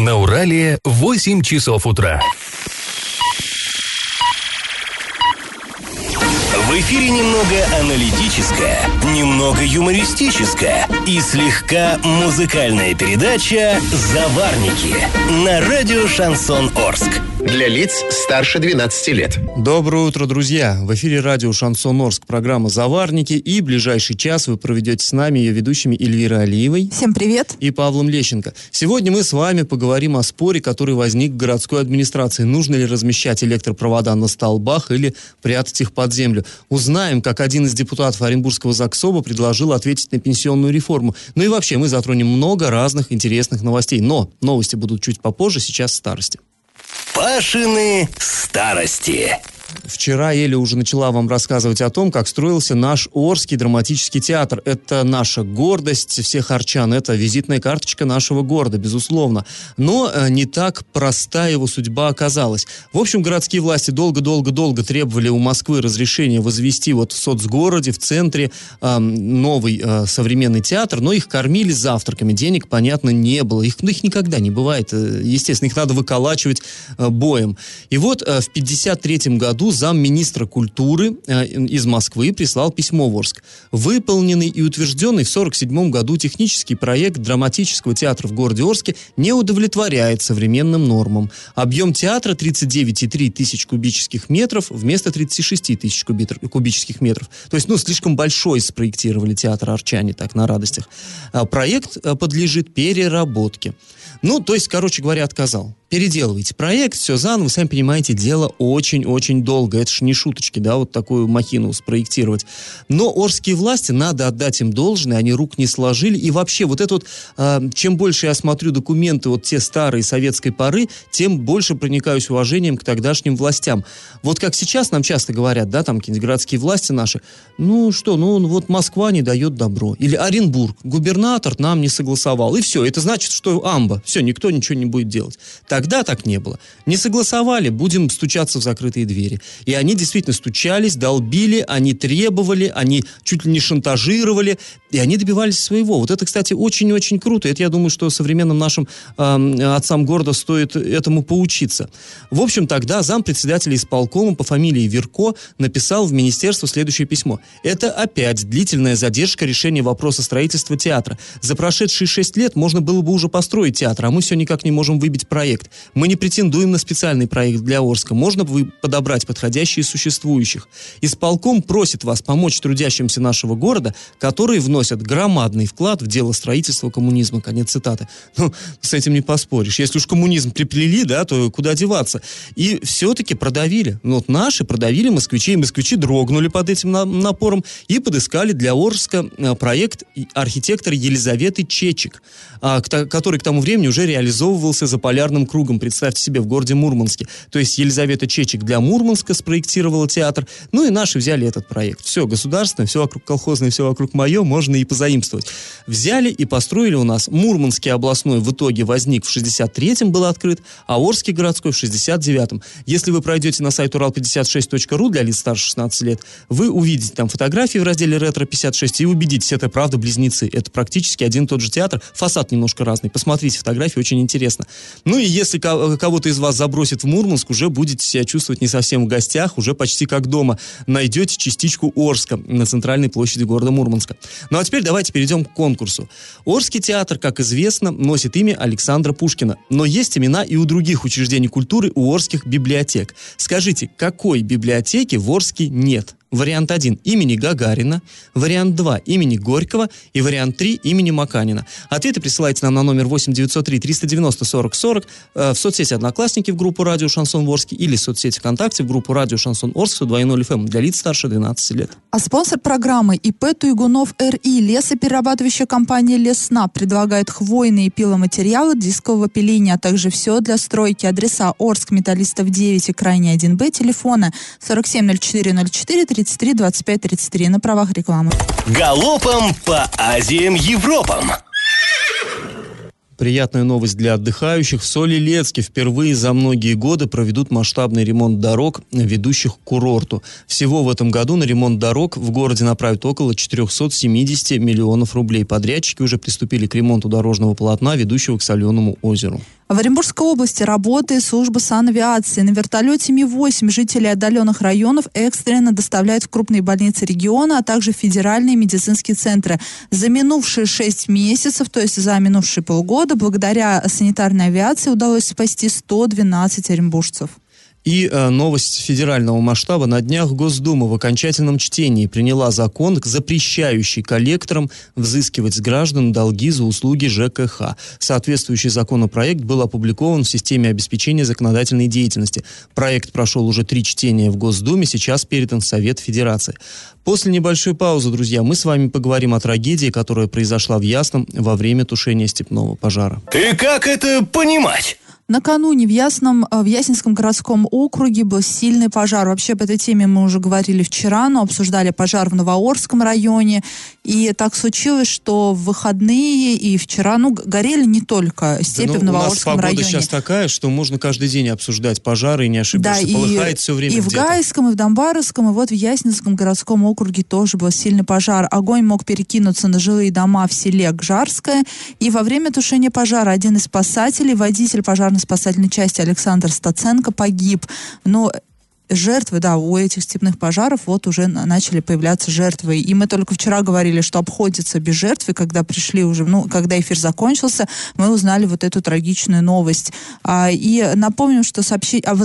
На Урале 8 часов утра. В эфире немного аналитическая, немного юмористическая и слегка музыкальная передача «Заварники» на радио «Шансон Орск». Для лиц старше 12 лет. Доброе утро, друзья! В эфире радио «Шансон Орск», программа «Заварники», и ближайший час вы проведете с нами, ее ведущими Эльвирой Алиевой. Всем привет! И Павлом Лещенко. Сегодня мы с вами поговорим о споре, который возник в городской администрации. Нужно ли размещать электропровода на столбах или прятать их под землю? Узнаем, как один из депутатов Оренбургского ЗАГСОБа предложил ответить на пенсионную реформу. Ну и вообще, мы затронем много разных интересных новостей. Но новости будут чуть попозже, сейчас старости. Пашины старости. Вчера Эля уже начала вам рассказывать о том, как строился наш Орский драматический театр. Это наша гордость всех орчан, это визитная карточка нашего города, безусловно. Но не так проста его судьба оказалась. В общем, городские власти долго-долго-долго требовали у Москвы разрешения возвести вот в соцгороде, в центре, новый современный театр, но их кормили завтраками, денег, понятно, не было. Их никогда не бывает, естественно, их надо выколачивать боем. И вот в 1953 году замминистра культуры из Москвы прислал письмо в Орск. Выполненный и утвержденный в 1947 году технический проект драматического театра в городе Орске не удовлетворяет современным нормам. Объем театра 39,3 тысяч кубических метров вместо 36 тысяч кубических метров. То есть, слишком большой спроектировали театр орчане, так, на радостях. Проект подлежит переработке. То есть, короче говоря, отказал. Переделывайте проект, все заново, сами понимаете, дело очень-очень долго. Это ж не шуточки, да, вот такую махину спроектировать. Но орские власти, надо отдать им должное, они рук не сложили. И вообще, вот это вот, чем больше я смотрю документы, вот те старые советской поры, тем больше проникаюсь уважением к тогдашним властям. Вот как сейчас нам часто говорят, да, там какие-нибудь городские власти наши, вот Москва не дает добро. Или Оренбург, губернатор нам не согласовал. И все, это значит, что амба. Все, никто ничего не будет делать. Тогда так не было. Не согласовали, будем стучаться в закрытые двери. И они действительно стучались, долбили, они требовали, они чуть ли не шантажировали, и они добивались своего. Вот это, кстати, очень-очень круто. Это, я думаю, что современным нашим отцам города стоит этому поучиться. В общем, тогда зампредседателя исполкома по фамилии Верко написал в министерство следующее письмо. Это опять длительная задержка решения вопроса строительства театра. За прошедшие 6 лет можно было бы уже построить театр, а мы все никак не можем выбить проект. Мы не претендуем на специальный проект для Орска. Можно подобрать подходящие существующих. Исполком просит вас помочь трудящимся нашего города, которые вносят громадный вклад в дело строительства коммунизма. Конец цитаты. С этим не поспоришь. Если уж коммунизм приплели, да, то куда деваться? И все-таки продавили. Наши продавили москвичи, и москвичи дрогнули под этим напором и подыскали для Орска проект архитектора Елизаветы Чечик, который к тому времени уже реализовывался за полярным кругом, представьте себе, в городе Мурманске. То есть Елизавета Чечик для Мурманска спроектировала театр, и наши взяли этот проект. Все государственное, все вокруг колхозное, все вокруг мое, можно и позаимствовать. Взяли и построили у нас. Мурманский областной в итоге возник в 63-м, был открыт, а Орский городской в 69-м. Если вы пройдете на сайт урал56.ру для лиц старше 16 лет, вы увидите там фотографии в разделе «Ретро-56» и убедитесь, это правда близнецы. Это практически один и тот же театр, фасад немножко разный. Посмотрите фотографии, очень интересно. И если кого-то из вас забросит в Мурманск, уже будете себя чувствовать не совсем в гостях, уже почти как дома. Найдете частичку Орска на центральной площади города Мурманска. А теперь давайте перейдем к конкурсу. Орский театр, как известно, носит имя Александра Пушкина. Но есть имена и у других учреждений культуры, у орских библиотек. Скажите, какой библиотеки в Орске нет? Вариант 1 – имени Гагарина, вариант 2 – имени Горького и вариант 3 – имени Маканина. Ответы присылайте нам на номер 8 903 390 40 40 в соцсети «Одноклассники» в группу «Радио Шансон Орск» или в соцсети ВКонтакте в группу «Радио Шансон Орск» 2.0 FM для лиц старше 12 лет. А спонсор программы ИП Туйгунов РИ, лесоперерабатывающая компания «Лесна», предлагает хвойные пиломатериалы дискового пиления, а также все для стройки. Адреса: Орск, Металлистов 9 и Крайний 1Б, телефона 470404 33 25 33 на правах рекламы. Галопом по Азиям, Европам. Приятная новость для отдыхающих. В Солилецке впервые за многие годы проведут масштабный ремонт дорог, ведущих к курорту. Всего в этом году на ремонт дорог в городе направят около 470 миллионов рублей. Подрядчики уже приступили к ремонту дорожного полотна, ведущего к Соленому озеру. В Оренбургской области работает служба санавиации. На вертолете Ми-8 жители отдаленных районов экстренно доставляют в крупные больницы региона, а также в федеральные медицинские центры. За минувшие 6 месяцев, то есть за минувшие полгода, благодаря санитарной авиации удалось спасти 112 оренбуржцев. И новость федерального масштаба. На днях Госдума в окончательном чтении приняла закон, запрещающий коллекторам взыскивать с граждан долги за услуги ЖКХ. Соответствующий законопроект был опубликован в системе обеспечения законодательной деятельности. Проект прошел уже 3 чтения в Госдуме, сейчас передан в Совет Федерации. После небольшой паузы, друзья, мы с вами поговорим о трагедии, которая произошла в Ясном во время тушения степного пожара. И как это понимать? Накануне в Яснинском городском округе был сильный пожар. Вообще, по этой теме мы уже говорили вчера, но обсуждали пожар в Новоорском районе. И так случилось, что в выходные и вчера, горели не только степи в Новоорском районе. У нас погода сейчас такая, что можно каждый день обсуждать пожары и не ошибешься. Да, полыхает все время где-то. И в Гайском, и в Донбарском, и вот в Яснинском городском округе тоже был сильный пожар. Огонь мог перекинуться на жилые дома в селе Гжарское. И во время тушения пожара один из спасателей, водитель пожарно-спасательной части Александр Стаценко, погиб. Но жертвы, у этих степных пожаров вот уже начали появляться жертвы. И мы только вчера говорили, что обходится без жертв, и когда пришли уже, когда эфир закончился, мы узнали вот эту трагичную новость. И напомним, что сообщение о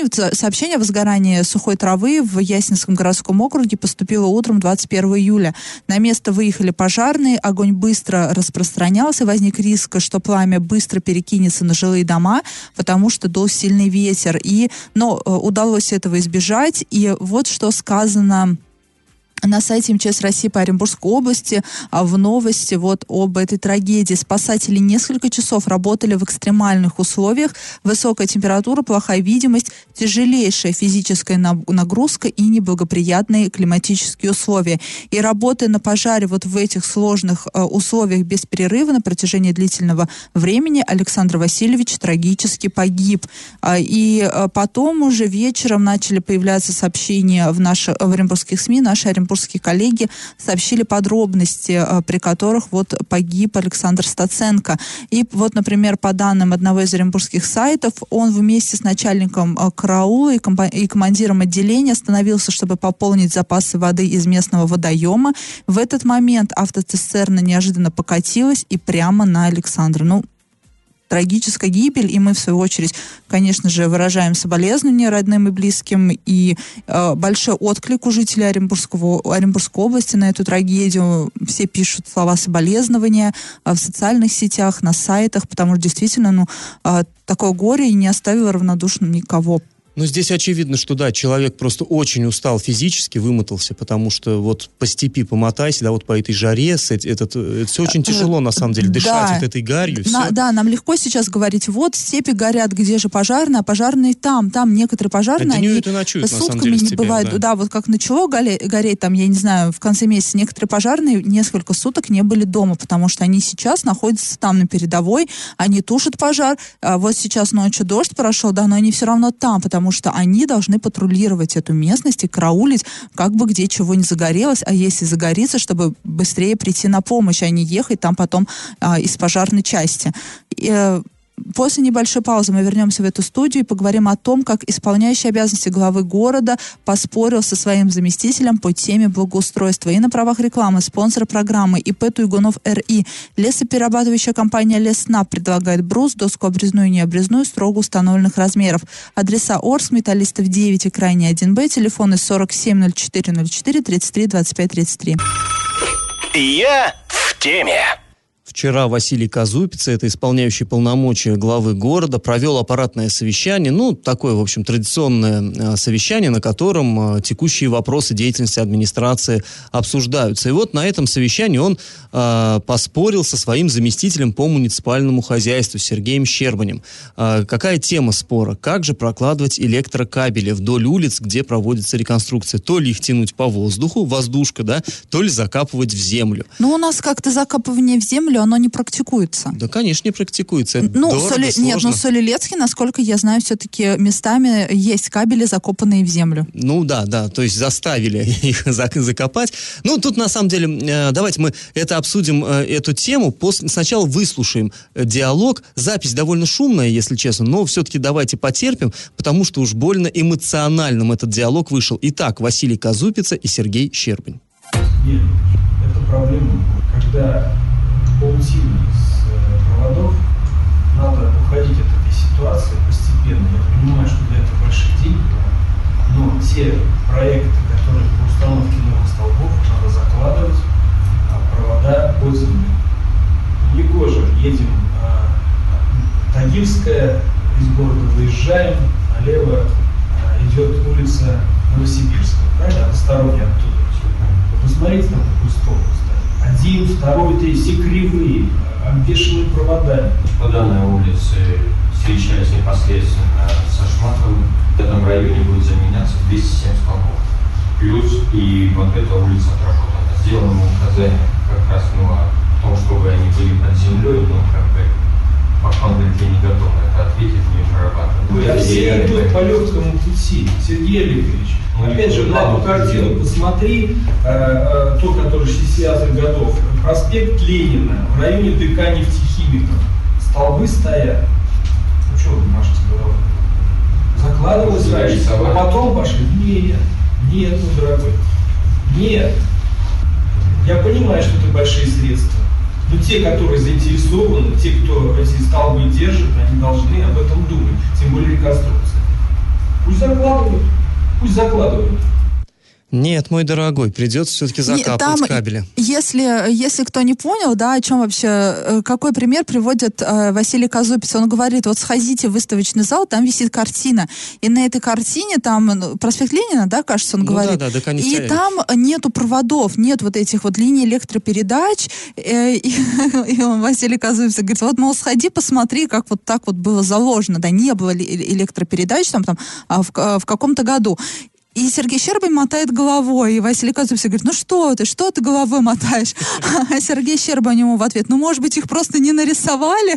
возгорании сухой травы в Яснинском городском округе поступило утром 21 июля. На место выехали пожарные, огонь быстро распространялся, возник риск, что пламя быстро перекинется на жилые дома, потому что дул сильный ветер. Но удалось этого избежать. И вот что сказано на сайте МЧС России по Оренбургской области в новости об этой трагедии. Спасатели несколько часов работали в экстремальных условиях. Высокая температура, плохая видимость, тяжелейшая физическая нагрузка и неблагоприятные климатические условия. И работая на пожаре в этих сложных условиях без перерыва на протяжении длительного времени, Александр Васильевич трагически погиб. И потом уже вечером начали появляться сообщения в оренбургских СМИ. Наши оренбургские коллеги сообщили подробности, при которых погиб Александр Стаценко. И например, по данным одного из оренбургских сайтов, он вместе с начальником караула и командиром отделения остановился, чтобы пополнить запасы воды из местного водоема. В этот момент автоцистерна неожиданно покатилась и прямо на Александра. Трагическая гибель, и мы, в свою очередь, конечно же, выражаем соболезнования родным и близким, и большой отклик у жителей Оренбургской области на эту трагедию. Все пишут слова соболезнования в социальных сетях, на сайтах, потому что действительно, такое горе и не оставило равнодушным никого. Здесь очевидно, что человек просто очень устал физически, вымотался, потому что по степи помотайся, по этой жаре, это все очень тяжело, на самом деле, дышать этой гарью. Нам легко сейчас говорить, степи горят, где же пожарные, а пожарные там некоторые пожарные, они ночуют, сутками не бывают. Как начало гореть, я не знаю, в конце месяца, некоторые пожарные несколько суток не были дома, потому что они сейчас находятся там на передовой, они тушат пожар, сейчас ночью дождь прошел, но они все равно там, потому что они должны патрулировать эту местность и караулить, как бы где чего не загорелось, а если загорится, чтобы быстрее прийти на помощь, а не ехать там потом из пожарной части. После небольшой паузы мы вернемся в эту студию и поговорим о том, как исполняющий обязанности главы города поспорил со своим заместителем по теме благоустройства. И на правах рекламы спонсор программы ИП Туйгунов РИ. Лесоперерабатывающая компания Лесна предлагает брус, доску обрезную и необрезную строго установленных размеров. Адреса Орск, Металлистов 9 и Крайний 1Б, телефоны 47 04 04 33 25 33. Я в теме. Вчера Василий Казупица, это исполняющий полномочия главы города, провел аппаратное совещание, такое, в общем, традиционное совещание, на котором текущие вопросы деятельности администрации обсуждаются. И на этом совещании он поспорил со своим заместителем по муниципальному хозяйству Сергеем Щербанем. Какая тема спора? Как же прокладывать электрокабели вдоль улиц, где проводится реконструкция? То ли их тянуть по воздуху, воздушка, то ли закапывать в землю. У нас как-то закапывание в землю, оно не практикуется. Да, конечно, не практикуется. Это Ну, дорого, Нет, сложно. но Солилецке, насколько я знаю, все-таки местами есть кабели, закопанные в землю. Ну да, то есть заставили их закопать. Ну, тут на самом деле, давайте мы это обсудим, эту тему. Сначала выслушаем диалог. Запись довольно шумная, если честно, но все-таки давайте потерпим, потому что уж больно эмоциональным этот диалог вышел. Итак, Василий Казупица и Сергей Щербань. Нет, это проблема, когда паутина с проводов, надо уходить от этой ситуации постепенно. Я понимаю, что для этого большие деньги, но те проекты, которые по установке новых столбов, надо закладывать провода под землю. Негоже, едем Тагильская, из города выезжаем, налево идет улица Новосибирская, правильно? Односторонняя оттуда. Посмотрите, там какой столб стоит. 1, 2, 3, все кривые, обвешаны проводами. По данной улице встречались непосредственно со Шматовым. В этом районе будет заменяться 207 столбов. Плюс и вот эта улица отработана. Сделано указание как раз о том, чтобы они были под землей, но как бы пока он говорит, я не готов это ответить, не прорабатывать. Да все идут по легкому пути, Сергей Олегович. Опять же, на эту картину посмотри, тот, который 60-х годов, проспект Ленина, в районе ДК нефтехимиков. Столбы стоят. Ну что вы машете головой? Закладывалось раньше, а потом пошли. Нет, мой дорогой. Нет. Я понимаю, что это большие средства. Но те, которые заинтересованы, те, кто эти столбы держит, они должны об этом думать. Тем более реконструкция. Пусть закладывают. Нет, мой дорогой, придется все-таки закапывать кабели. Если кто не понял, да, о чем вообще, какой пример приводит Василий Казупиц, он говорит, вот сходите в выставочный зал, там висит картина, и на этой картине там проспект Ленина, да, кажется, он говорит, и там нету проводов, нет вот этих вот линий электропередач, и Василий Казупиц говорит, вот, мол, сходи, посмотри, как вот так вот было заложено, да, не было электропередач там в каком-то году. И Сергей Щербань мотает головой, и Василий Казупиц говорит, ну что ты головой мотаешь? А Сергей Щербань ему в ответ, ну, может быть, их просто не нарисовали?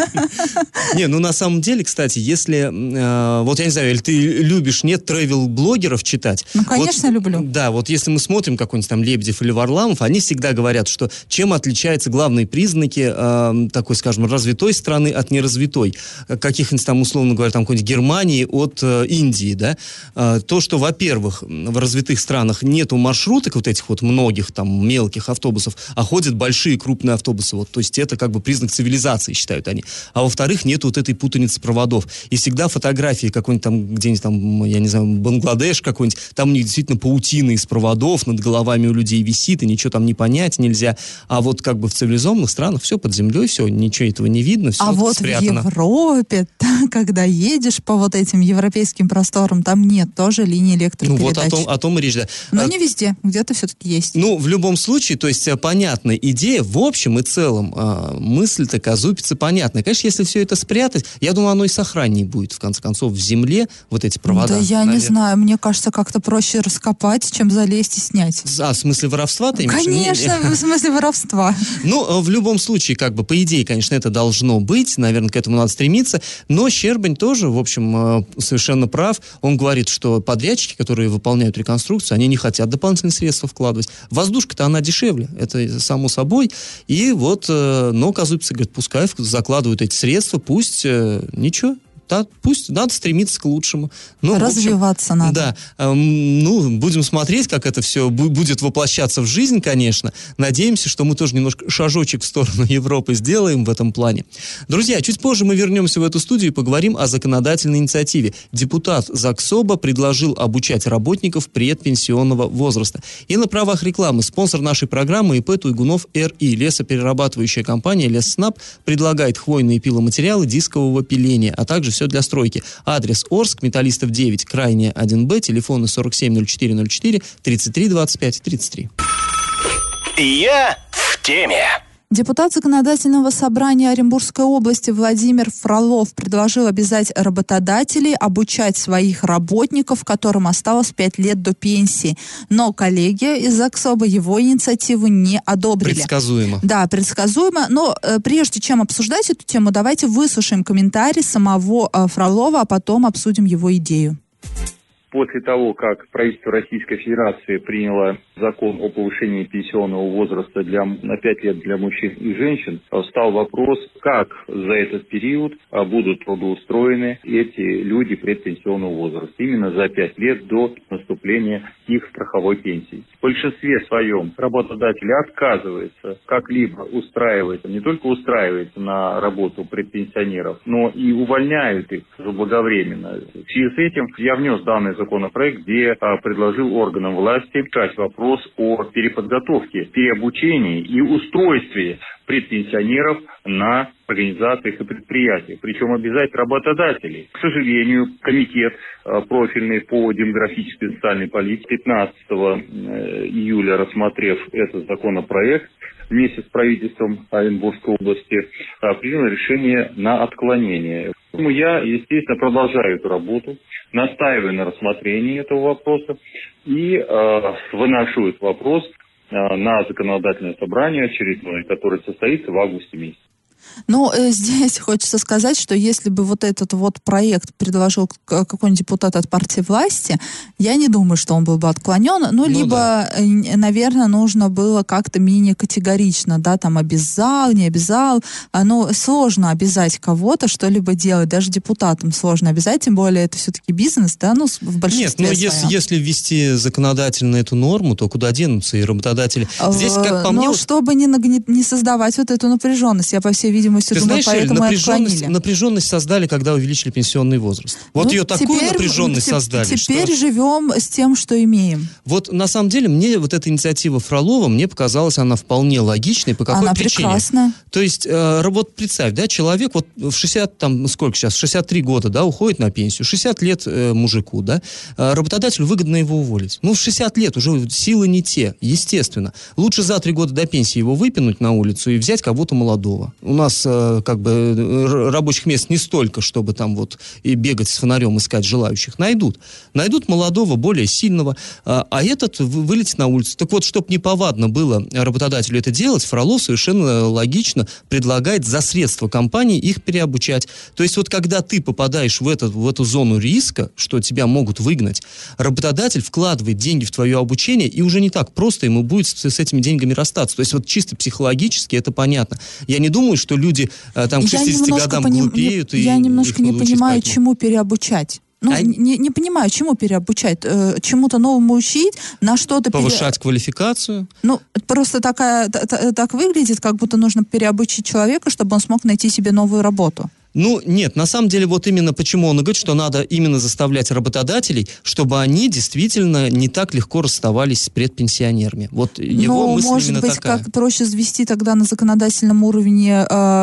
Не, ну, на самом деле, кстати, если, вот я не знаю, или ты любишь, нет, тревел-блогеров читать? Ну, конечно, люблю. Да, вот если мы смотрим какой-нибудь там Лебедев или Варламов, они всегда говорят, что чем отличаются главные признаки такой, скажем, развитой страны от неразвитой, каких-нибудь там, условно говоря, там какой-нибудь Германии от Индии, да, то, что, во-первых, в развитых странах нету маршруток вот этих вот многих там мелких автобусов, а ходят большие крупные автобусы. Вот, то есть это как бы признак цивилизации, считают они. А во-вторых, нету вот этой путаницы проводов. И всегда фотографии какой-нибудь там, где-нибудь там, я не знаю, Бангладеш какой-нибудь, там у них действительно паутина из проводов над головами у людей висит, и ничего там не понять нельзя. А вот как бы в цивилизованных странах все под землей, все, ничего этого не видно, все вот спрятано. В Европе, когда едешь по вот этим европейским просторам, там нет тоже линии электропередач. Ну вот о том и речь, да. Но не везде, где-то все-таки есть. Ну, в любом случае, то есть понятная идея, в общем и целом, мысль-то Казупицы понятная. Конечно, если все это спрятать, я думаю, оно и сохраннее будет, в конце концов, в земле, вот эти провода. Да я не знаю, мне кажется, как-то проще раскопать, чем залезть и снять. В смысле воровства ты имеешь? Конечно, в смысле воровства. Ну, в любом случае, как бы, по идее, конечно, это должно быть, наверное, к этому надо стремиться, но Щербань тоже, в общем, совершенно прав. Он говорит, что подрядчики, которые выполняют реконструкцию, они не хотят дополнительные средства вкладывать. Воздушка-то она дешевле, это само собой. И вот, но Казупиц говорит, пускай закладывают эти средства, пусть ничего. Да, пусть надо стремиться к лучшему. Ну, развиваться в общем, надо. Да. Ну, будем смотреть, как это все будет воплощаться в жизнь, конечно. Надеемся, что мы тоже немножко шажочек в сторону Европы сделаем в этом плане. Друзья, чуть позже мы вернемся в эту студию и поговорим о законодательной инициативе. Депутат ЗАГСОБа предложил обучать работников предпенсионного возраста. И на правах рекламы спонсор нашей программы ИП Туйгунов РИ. Лесоперерабатывающая компания Лесснаб предлагает хвойные пиломатериалы дискового пиления, а также все для стройки. Адрес Орск, Металлистов 9, Крайняя 1Б, телефоны 47 04 04, 33 25 33. Я в теме. Депутат Законодательного собрания Оренбургской области Владимир Фролов предложил обязать работодателей обучать своих работников, которым осталось 5 лет до пенсии. Но коллеги из ЗАГСОБа его инициативу не одобрили. Предсказуемо. Да, предсказуемо. Но прежде чем обсуждать эту тему, давайте выслушаем комментарий самого Фролова, а потом обсудим его идею. После того, как правительство Российской Федерации приняло закон о повышении пенсионного возраста на 5 лет для мужчин и женщин, встал вопрос, как за этот период будут трудоустроены эти люди предпенсионного возраста, именно за 5 лет до наступления их страховой пенсии. В большинстве своем работодатель отказывается как-либо устраивать, не только устраивается на работу предпенсионеров, но и увольняют их заблаговременно. В связи с этим я внес данный законопроект, где предложил органам власти решать вопрос о переподготовке, переобучении и устройстве предпенсионеров на организациях и предприятиях, причем обязать работодателей. К сожалению, комитет профильный по демографической и социальной политике 15 июля, рассмотрев этот законопроект, вместе с правительством Оренбургской области принял решение на отклонение. Поэтому я, естественно, продолжаю эту работу, настаиваю на рассмотрении этого вопроса и выношу этот вопрос на законодательное собрание очередное, которое состоится в августе месяце. Ну, здесь хочется сказать, что если бы вот этот вот проект предложил какой-нибудь депутат от партии власти, я не думаю, что он был бы отклонен, либо, наверное, нужно было как-то менее категорично, да, там, обязал, не обязал, сложно обязать кого-то что-либо делать, даже депутатам сложно обязать, тем более это все-таки бизнес, да, в большинстве своем. Нет, если ввести законодательно эту норму, то куда денутся и работодатели? Здесь, как по мне... чтобы не создавать вот эту напряженность, я, по всей видимости, ты думаю, знаешь, поэтому и отклонили. Напряженность создали, когда увеличили пенсионный возраст. Вот ее такую напряженность создали. Теперь живем с тем, что имеем. Вот на самом деле мне вот эта инициатива Фролова, мне показалась она вполне логичной. По какой причине? Она прекрасна. То есть, вот представь, да, человек вот в 60, там, сколько сейчас, 63 года, да, уходит на пенсию, 60 лет мужику, да, работодателю выгодно его уволить. В 60 лет уже силы не те, естественно. Лучше за 3 года до пенсии его выпинуть на улицу и взять кого-то молодого. У нас как бы рабочих мест не столько, чтобы там вот и бегать с фонарем, искать желающих. Найдут молодого, более сильного, а этот вылетит на улицу. Так вот, чтобы неповадно было работодателю это делать, Фролов совершенно логично предлагает за средства компании их переобучать. То есть вот когда ты попадаешь в эту зону риска, что тебя могут выгнать, работодатель вкладывает деньги в твое обучение, и уже не так просто ему будет с этими деньгами расстаться. То есть вот чисто психологически это понятно. Я не думаю, что люди там к 60 годам глупеют. Я немножко не понимаю, чему переобучать. Не понимаю, чему переобучать? Чему-то новому учить, на что-то... Повышать квалификацию? Просто так выглядит, как будто нужно переобучить человека, чтобы он смог найти себе новую работу. Нет, на самом деле вот именно почему он говорит, что надо именно заставлять работодателей, чтобы они действительно не так легко расставались с предпенсионерами. Вот его мысль может именно быть, такая. как проще ввести тогда на законодательном уровне,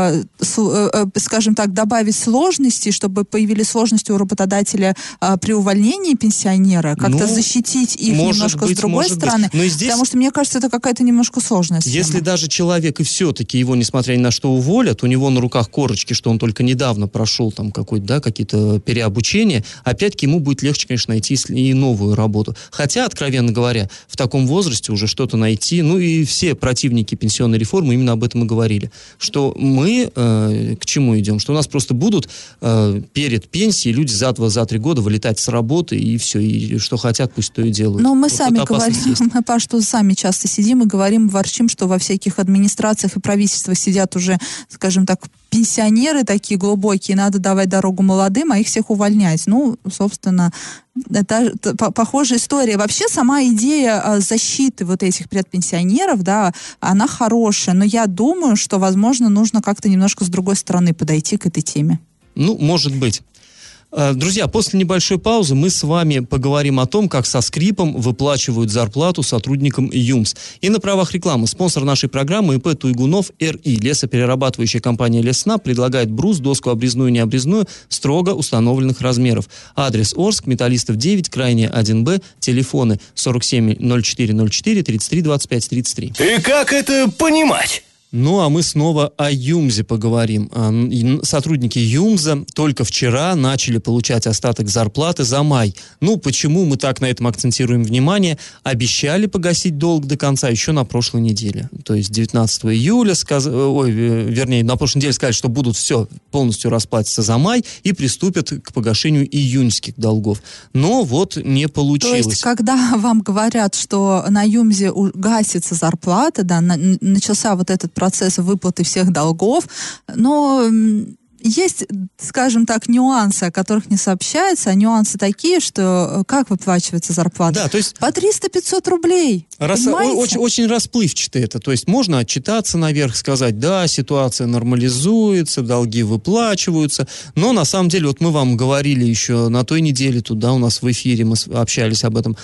скажем так, добавить сложности, чтобы появились сложности у работодателя при увольнении пенсионера, как-то защитить их немножко с другой стороны. Здесь, потому что, мне кажется, это какая-то немножко сложная схема. Если даже человек и все-таки его, несмотря ни на что, уволят, у него на руках корочки, что он только недавно прошел там какие-то переобучения, опять-таки ему будет легче, конечно, найти и новую работу. Хотя, откровенно говоря, в таком возрасте уже что-то найти, и все противники пенсионной реформы именно об этом и говорили, что мы к чему идем? Что у нас просто будут перед пенсией люди за 2-3 года вылетать с работы, и все, и что хотят, пусть то и делают. Но мы сами говорим, что сами часто сидим и говорим, ворчим, что во всяких администрациях и правительствах сидят уже, скажем так, пенсионеры такие глубокие, надо давать дорогу молодым, а их всех увольнять. Собственно, это похожая история. Вообще сама идея защиты вот этих предпенсионеров, да, она хорошая, но я думаю, что, возможно, нужно как-то немножко с другой стороны подойти к этой теме. Может быть. Друзья, после небольшой паузы мы с вами поговорим о том, как со скрипом выплачивают зарплату сотрудникам ЮМС. И на правах рекламы спонсор нашей программы ИП Туйгунов РИ. Лесоперерабатывающая компания Лесна предлагает брус, доску обрезную и необрезную строго установленных размеров. Адрес Орск, Металлистов 9, крайне 1Б, телефоны 47 04 04 33 25 33. И как это понимать? Ну, а мы снова о ЮМЗе поговорим. Сотрудники ЮМЗа только вчера начали получать остаток зарплаты за май. Ну, почему мы так на этом акцентируем внимание? Обещали погасить долг до конца еще на прошлой неделе. То есть 19 июля, на прошлой неделе сказали, что будут все полностью расплатиться за май и приступят к погашению июньских долгов. Но вот не получилось. То есть, когда вам говорят, что на ЮМЗе гасится зарплата, да, начался вот этот процесс выплаты всех долгов, но есть, скажем так, нюансы, о которых не сообщается, а нюансы такие, что как выплачивается зарплата? Да, то есть по 300-500 рублей. Очень расплывчато это. То есть можно отчитаться наверх, сказать, да, ситуация нормализуется, долги выплачиваются, но на самом деле, вот мы вам говорили еще на той неделе, тут, да, у нас в эфире мы общались об этом,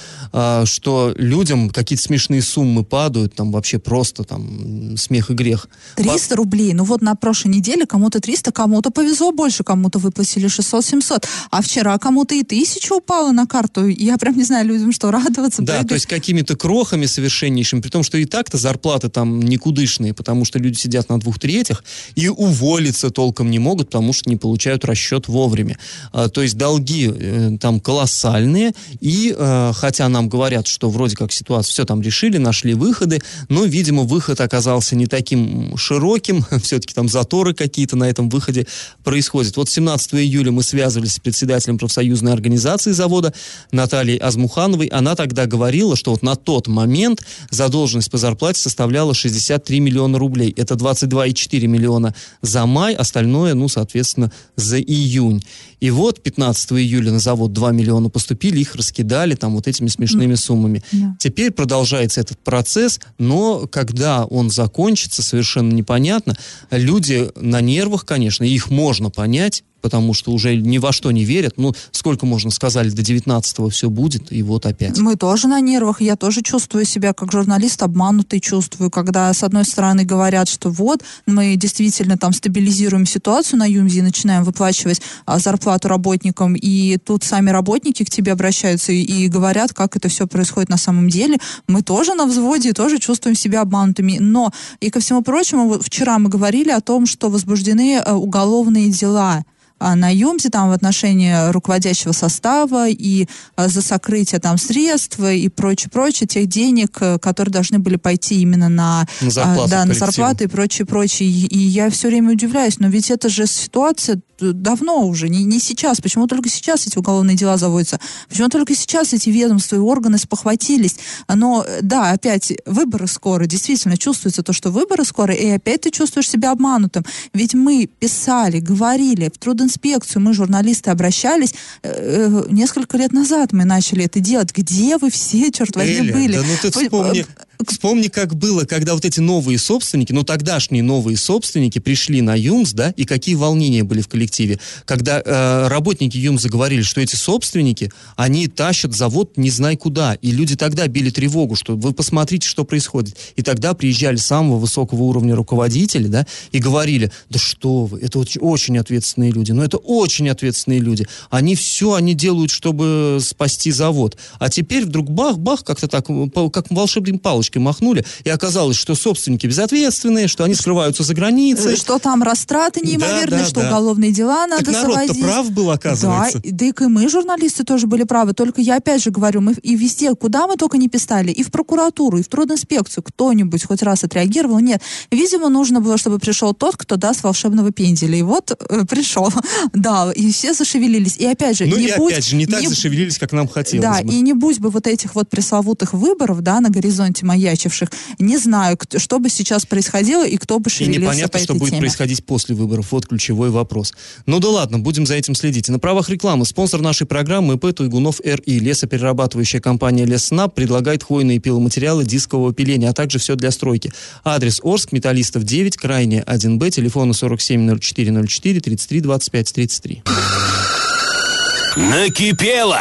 что людям какие-то смешные суммы падают, там вообще просто там смех и грех. 300 рублей. Ну вот на прошлой неделе кому-то 300, кому-то повезло больше, кому-то выплатили 600-700, а вчера кому-то и 1000 упало на карту. Я прям не знаю, людям что, радоваться? Да, прыгать? то есть какими-то крохами совершеннейшими, при том, что и так-то зарплаты там никудышные, потому что люди сидят на 2/3 и уволиться толком не могут, потому что не получают расчет вовремя. То есть долги там колоссальные, и хотя нам говорят, что вроде как ситуацию все там решили, нашли выходы, но, видимо, выход оказался не таким широким, все-таки там заторы какие-то на этом выходе происходят. Вот 17 июля мы связывались с председателем профсоюзной организации завода Натальей Азмухановой. Она тогда говорила, что вот на тот момент задолженность по зарплате составляла 63 миллиона рублей. Это 22,4 миллиона за май, остальное, ну, соответственно, за июнь. И вот 15 июля на завод 2 миллиона поступили, их раскидали там вот этими смешными суммами. Yeah. Теперь продолжается этот процесс, но когда он закончится, совершенно непонятно. Люди на нервах, конечно, их можно понять, потому что уже ни во что не верят. Ну, сколько можно, сказали, до 19-го все будет, и вот опять. Мы тоже на нервах, я тоже чувствую себя как журналист обманутый, чувствую, когда с одной стороны говорят, что вот, мы действительно там стабилизируем ситуацию на ЮМЗе и начинаем выплачивать зарплату работникам, и тут сами работники к тебе обращаются и говорят, как это все происходит на самом деле. Мы тоже на взводе, тоже чувствуем себя обманутыми. Но, и ко всему прочему, вот вчера мы говорили о том, что возбуждены уголовные дела на ЮМЗе, там в отношении руководящего состава и за сокрытие там средств и прочее, тех денег, которые должны были пойти именно на зарплаты и прочее. И я все время удивляюсь, но ведь это же ситуация давно уже, не сейчас. Почему только сейчас эти уголовные дела заводятся? Почему только сейчас эти ведомства и органы спохватились? Но, да, опять, выборы скоро. Действительно, чувствуется то, что выборы скоро, и опять ты чувствуешь себя обманутым. Ведь мы писали, говорили в трудинспекцию, мы, журналисты, обращались. Несколько лет назад мы начали это делать. Где вы все, черт возьми, были? Да ну ты вспомни, как было, когда вот эти новые собственники, ну тогдашние новые собственники пришли на ЮМЗ, да, и какие волнения были в коллективе. Когда работники ЮМЗа говорили, что эти собственники, они тащат завод не знай куда, и люди тогда били тревогу, что вы посмотрите, что происходит. И тогда приезжали самого высокого уровня руководители, да, и говорили, да что вы, это очень ответственные люди, это очень ответственные люди. Они делают, чтобы спасти завод. А теперь вдруг бах-бах, как-то так, как волшебной палочкой махнули, и оказалось, что собственники безответственные, что они скрываются за границей. Что там растраты неимоверные, что уголовные дела надо заводить. Так народ-то прав был, оказывается. Да, и мы, журналисты, тоже были правы. Только я опять же говорю, мы и везде, куда мы только не писали, и в прокуратуру, и в трудинспекцию, кто-нибудь хоть раз отреагировал. Нет. Видимо, нужно было, чтобы пришел тот, кто даст волшебного пенделя. И вот пришел. Да, и все зашевелились. И опять же, не так зашевелились, как нам хотелось бы. Да, и не будь бы вот этих вот пресловутых выборов, да, на горизонте маячивших, не знаю, что бы сейчас происходило и кто бы шевелился по этой теме. И непонятно, что будет происходить после выборов. Вот ключевой вопрос. Ну да ладно, будем за этим следить. И на правах рекламы спонсор нашей программы ИП Туйгунов РИ. Лесоперерабатывающая компания Лесснаб предлагает хвойные пиломатериалы дискового пиления, а также все для стройки. Адрес Орск, Металлистов 9, крайне 1Б, телефоны 47 04 04 33 25 33. Накипело!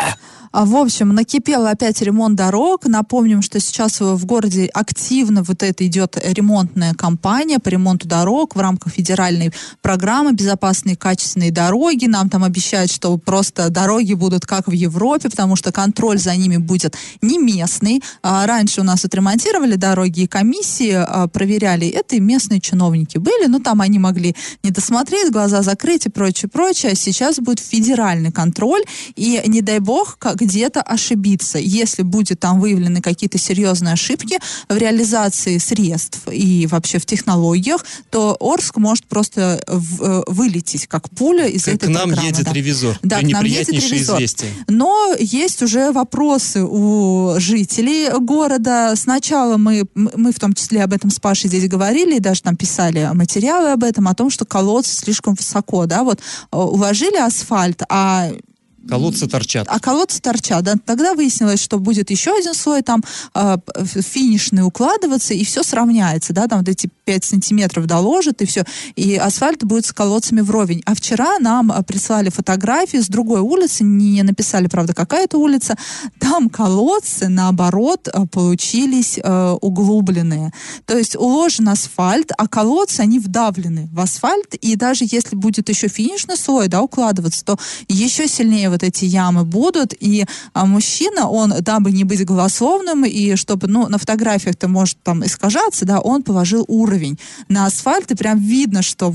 В общем, накипел опять ремонт дорог. Напомним, что сейчас в городе активно вот это идет ремонтная кампания по ремонту дорог в рамках федеральной программы «Безопасные качественные дороги». Нам там обещают, что просто дороги будут как в Европе, потому что контроль за ними будет не местный. Раньше у нас отремонтировали дороги, и комиссии проверяли. Это и местные чиновники были, но там они могли не досмотреть, глаза закрыть и прочее. А сейчас будет федеральный контроль, и не дай бог где-то ошибиться. Если будет там выявлены какие-то серьезные ошибки в реализации средств и вообще в технологиях, то Орск может просто вылететь как пуля из этой программы. К нам едет ревизор. Да, к нам едет ревизор. Известие. Но есть уже вопросы у жителей города. Сначала мы в том числе об этом с Пашей здесь говорили, и даже там писали материалы об этом, о том, что колодцы слишком высоко, да, вот уложили асфальт, колодцы торчат. Да. Тогда выяснилось, что будет еще один слой там финишный укладываться, и все сравняется, да, там вот эти 5 сантиметров доложат, и все, и асфальт будет с колодцами вровень. А вчера нам прислали фотографии с другой улицы, не написали, правда, какая это улица, там колодцы, наоборот, получились углубленные. То есть уложен асфальт, а колодцы, они вдавлены в асфальт, и даже если будет еще финишный слой, да, укладываться, то еще сильнее вот эти ямы будут, и мужчина, он, дабы не быть голословным, и чтобы, на фотографиях-то может там искажаться, да, он положил уровень на асфальт, и прям видно, что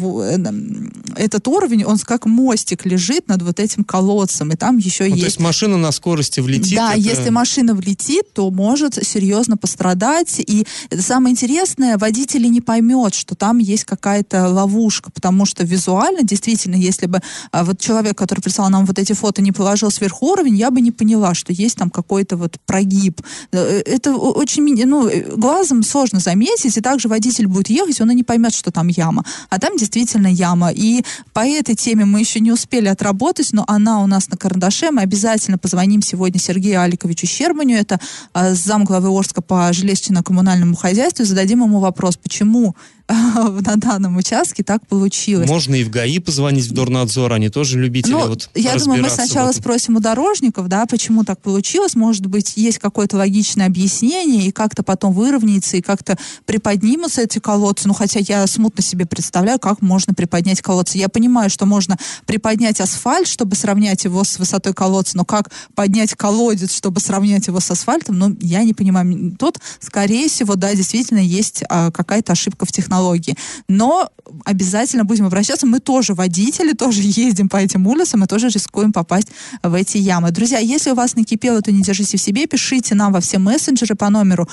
этот уровень, он как мостик лежит над вот этим колодцем, и там еще есть... То есть машина на скорости влетит? Да, если машина влетит, то может серьезно пострадать, и это самое интересное, водитель не поймет, что там есть какая-то ловушка, потому что визуально, действительно, если бы вот человек, который прислал нам вот эти фото, не положил сверху уровень, я бы не поняла, что есть там какой-то вот прогиб. Это очень, глазом сложно заметить, и также водитель будет ехать, он и не поймет, что там яма. А там действительно яма. И по этой теме мы еще не успели отработать, но она у нас на карандаше. Мы обязательно позвоним сегодня Сергею Аликовичу Щербаню, это замглавы Орска по жилищно-коммунальному хозяйству, и зададим ему вопрос, почему на данном участке так получилось. Можно и в ГАИ позвонить, в Дорнадзор, они тоже любители я думаю, мы сначала спросим у дорожников, да, почему так получилось, может быть, есть какое-то логичное объяснение, и как-то потом выровняется, и как-то приподнимутся эти колодцы, хотя я смутно себе представляю, как можно приподнять колодцы. Я понимаю, что можно приподнять асфальт, чтобы сравнять его с высотой колодца, но как поднять колодец, чтобы сравнять его с асфальтом, я не понимаю. Тут, скорее всего, да, действительно есть какая-то ошибка в технологии. Но обязательно будем обращаться. Мы тоже водители, тоже ездим по этим улицам и тоже рискуем попасть в эти ямы. Друзья, если у вас накипело, то не держите в себе, пишите нам во все мессенджеры по номеру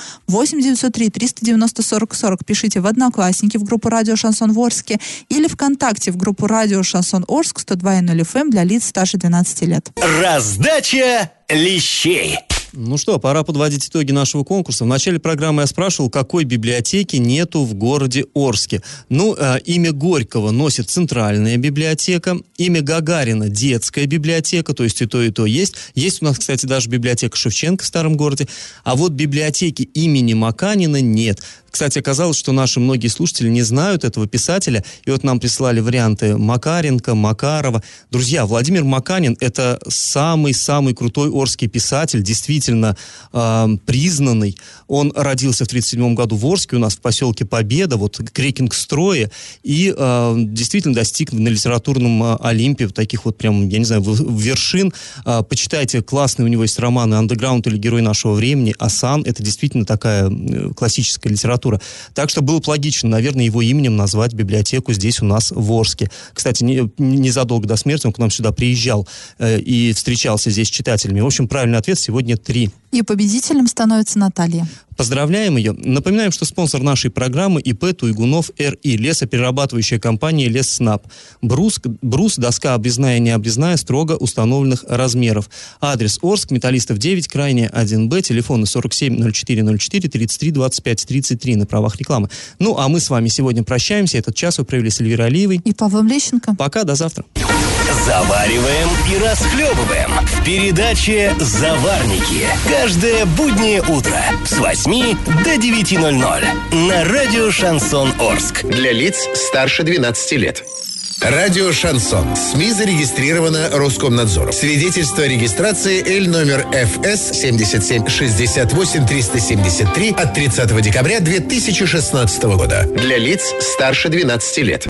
8-903-390-40-40. Пишите в Одноклассники в группу «Радио Шансон в Орске» или ВКонтакте в группу «Радио Шансон Орск» 102.0 FM для лиц старше 12 лет. Раздача лещей. Ну что, пора подводить итоги нашего конкурса. В начале программы я спрашивал, какой библиотеки нету в городе Орске. Имя Горького носит центральная библиотека, имя Гагарина — детская библиотека, то есть и то есть. Есть у нас, кстати, даже библиотека Шевченко в старом городе. А вот библиотеки имени Маканина нет. Кстати, оказалось, что наши многие слушатели не знают этого писателя, и вот нам прислали варианты Макаренко, Макарова. Друзья, Владимир Маканин — это самый-самый крутой орский писатель, действительно признанный. Он родился в 1937 году в Орске, у нас в поселке Победа, вот Крекингстрое, и действительно достиг на литературном Олимпе таких вот прям, я не знаю, вершин. Почитайте, классные у него есть романы «Андеграунд» или «Герой нашего времени», «Асан». Это действительно такая классическая литература. Так что было бы логично, наверное, его именем назвать библиотеку здесь у нас в Орске. Кстати, незадолго до смерти он к нам сюда приезжал и встречался здесь с читателями. В общем, правильный ответ сегодня 3. И победителем становится Наталья. Поздравляем ее. Напоминаем, что спонсор нашей программы ИП Туйгунов РИ, лесоперерабатывающая компания Лесснаб. Брус, доска обрезная и необрезная, строго установленных размеров. Адрес: Орск, Металлистов 9, крайне 1Б, телефоны 47 04 04 33 25 33 на правах рекламы. Ну, а мы с вами сегодня прощаемся. Этот час вы провели с Эльвирой Алиевой и Павлом Лещенко. Пока, до завтра. Завариваем и расхлебываем в передаче «Заварники». Каждое буднее утро с 8 до 9:00 на радио «Шансон Орск». Для лиц старше 12 лет. Радио «Шансон». СМИ зарегистрировано Роскомнадзором. Свидетельство о регистрации Л номер ФС 77-68-373 от 30 декабря 2016 года. Для лиц старше 12 лет.